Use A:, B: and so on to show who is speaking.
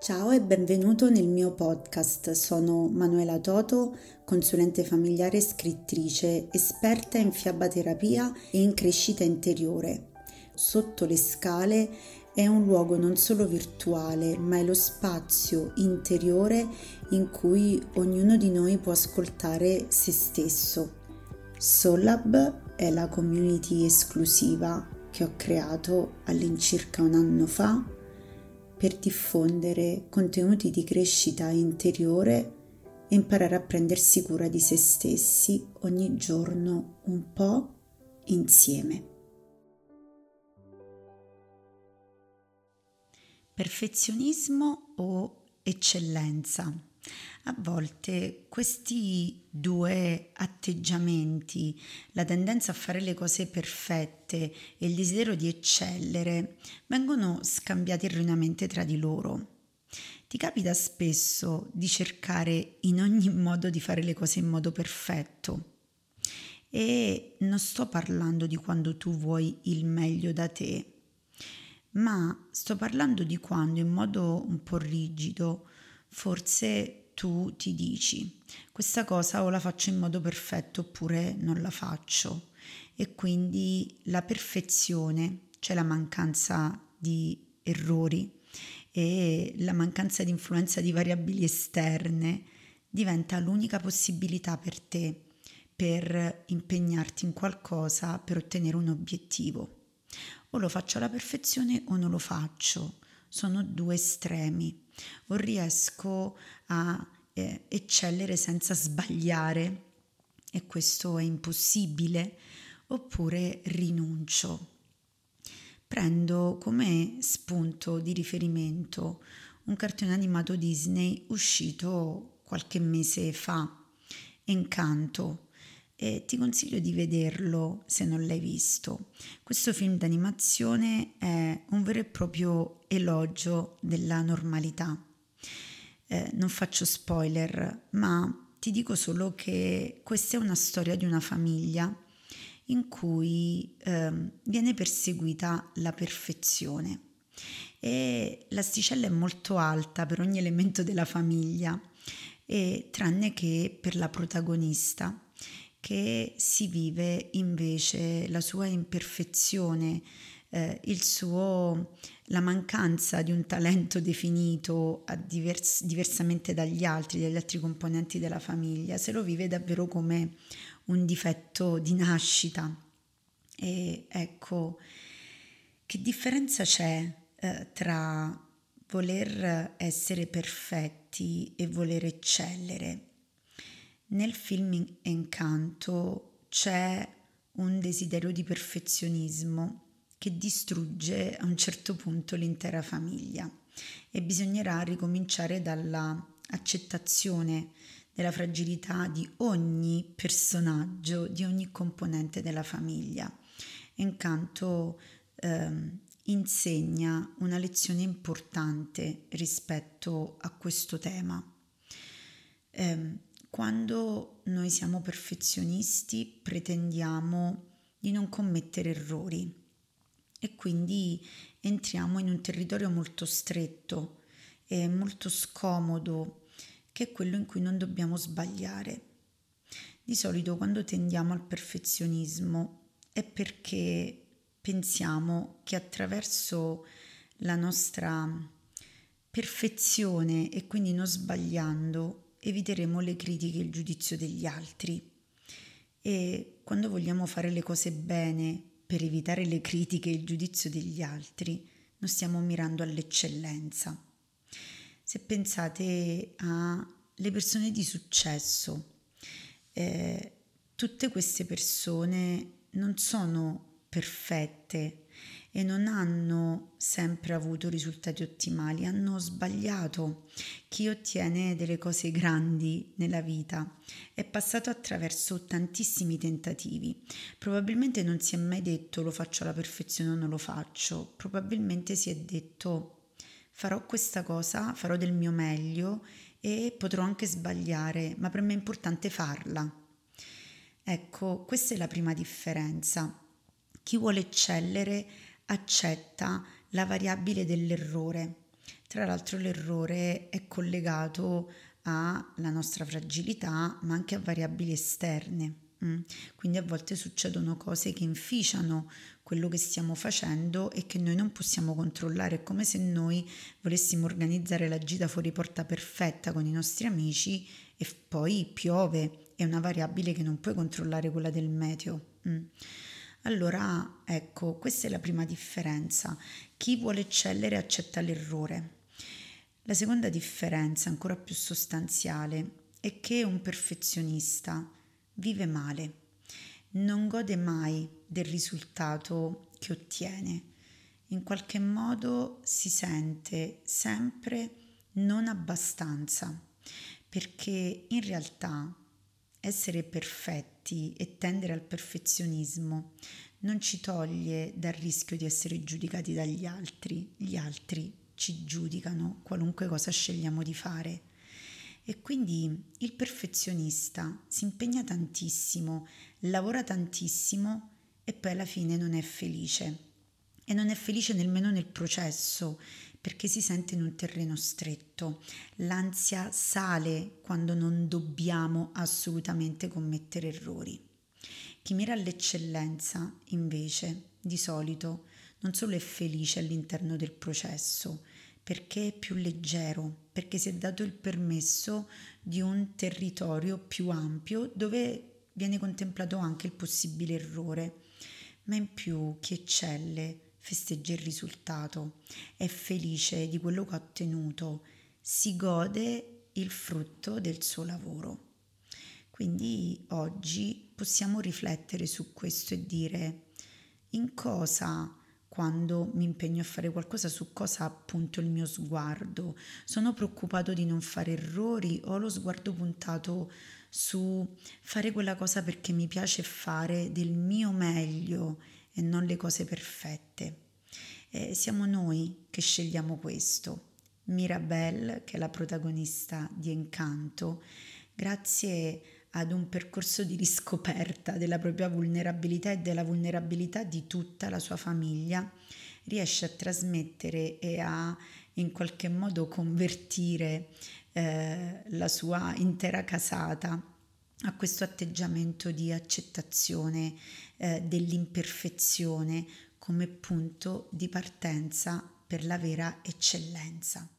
A: Ciao e benvenuto nel mio podcast. Sono Manuela Toto, consulente familiare e scrittrice, esperta in fiabaterapia e in crescita interiore. Sotto le scale è un luogo non solo virtuale, ma è lo spazio interiore in cui ognuno di noi può ascoltare se stesso. Sollab è la community esclusiva che ho creato all'incirca un anno fa per diffondere contenuti di crescita interiore e imparare a prendersi cura di se stessi ogni giorno un po' insieme. Perfezionismo o eccellenza? A volte questi due atteggiamenti, la tendenza a fare le cose perfette e il desiderio di eccellere, vengono scambiati erroneamente tra di loro. Ti capita spesso di cercare in ogni modo di fare le cose in modo perfetto? E non sto parlando di quando tu vuoi il meglio da te, ma sto parlando di quando in modo un po' rigido forse tu ti dici questa cosa o la faccio in modo perfetto oppure non la faccio, e quindi la perfezione, cioè la mancanza di errori e la mancanza di influenza di variabili esterne, diventa l'unica possibilità per te per impegnarti in qualcosa, per ottenere un obiettivo. O lo faccio alla perfezione o non lo faccio. Sono due estremi. O riesco a eccellere senza sbagliare, e questo è impossibile, oppure rinuncio. Prendo come spunto di riferimento un cartone animato Disney uscito qualche mese fa, Encanto, e ti consiglio di vederlo se non l'hai visto. Questo film d'animazione è un vero e proprio elogio della normalità. Non faccio spoiler, ma ti dico solo che questa è una storia di una famiglia in cui viene perseguita la perfezione e l'asticella è molto alta per ogni elemento della famiglia, e tranne che per la protagonista, che si vive invece la sua imperfezione, la mancanza di un talento definito diversamente dagli altri componenti della famiglia, se lo vive davvero come un difetto di nascita. E ecco, che differenza c'è tra voler essere perfetti e voler eccellere? Nel film Encanto c'è un desiderio di perfezionismo che distrugge a un certo punto l'intera famiglia, e bisognerà ricominciare dalla accettazione della fragilità di ogni personaggio, di ogni componente della famiglia. Encanto insegna una lezione importante rispetto a questo tema. Quando noi siamo perfezionisti pretendiamo di non commettere errori e quindi entriamo in un territorio molto stretto e molto scomodo, che è quello in cui non dobbiamo sbagliare. Di solito quando tendiamo al perfezionismo è perché pensiamo che attraverso la nostra perfezione, e quindi non sbagliando, eviteremo le critiche e il giudizio degli altri. E quando vogliamo fare le cose bene per evitare le critiche e il giudizio degli altri, non stiamo mirando all'eccellenza. Se pensate alle persone di successo, tutte queste persone non sono perfette e non hanno sempre avuto risultati ottimali, hanno sbagliato. Chi ottiene delle cose grandi nella vita è passato attraverso tantissimi tentativi. Probabilmente non si è mai detto lo faccio alla perfezione o non lo faccio, probabilmente si è detto farò questa cosa, farò del mio meglio e potrò anche sbagliare, ma per me è importante farla. Ecco, questa è la prima differenza. Chi vuole eccellere accetta la variabile dell'errore. Tra l'altro l'errore è collegato alla nostra fragilità, ma anche a variabili esterne. Quindi a volte succedono cose che inficiano quello che stiamo facendo e che noi non possiamo controllare. È come se noi volessimo organizzare la gita fuori porta perfetta con i nostri amici e poi piove. È una variabile che non puoi controllare, quella del meteo. Allora, ecco, questa è la prima differenza. Chi vuole eccellere accetta l'errore. La seconda differenza, ancora più sostanziale, è che un perfezionista vive male, non gode mai del risultato che ottiene. In qualche modo si sente sempre non abbastanza, perché in realtà essere perfetti e tendere al perfezionismo non ci toglie dal rischio di essere giudicati dagli altri. Gli altri ci giudicano qualunque cosa scegliamo di fare. E quindi il perfezionista si impegna tantissimo, lavora tantissimo e poi alla fine non è felice. E non è felice nemmeno nel processo, perché si sente in un terreno stretto. L'ansia sale quando non dobbiamo assolutamente commettere errori. Chi mira all'eccellenza, invece, di solito non solo è felice all'interno del processo, perché è più leggero, perché si è dato il permesso di un territorio più ampio dove viene contemplato anche il possibile errore. Ma in più chi eccelle festeggia il risultato, è felice di quello che ha ottenuto, si gode il frutto del suo lavoro. Quindi oggi possiamo riflettere su questo e dire in cosa, quando mi impegno a fare qualcosa, su cosa appunto il mio sguardo. Sono preoccupato di non fare errori o ho lo sguardo puntato su fare quella cosa perché mi piace fare del mio meglio e non le cose perfette. Siamo noi che scegliamo questo. Mirabelle, che è la protagonista di Encanto, grazie ad un percorso di riscoperta della propria vulnerabilità e della vulnerabilità di tutta la sua famiglia, riesce a trasmettere e a in qualche modo convertire la sua intera casata a questo atteggiamento di accettazione dell'imperfezione come punto di partenza per la vera eccellenza.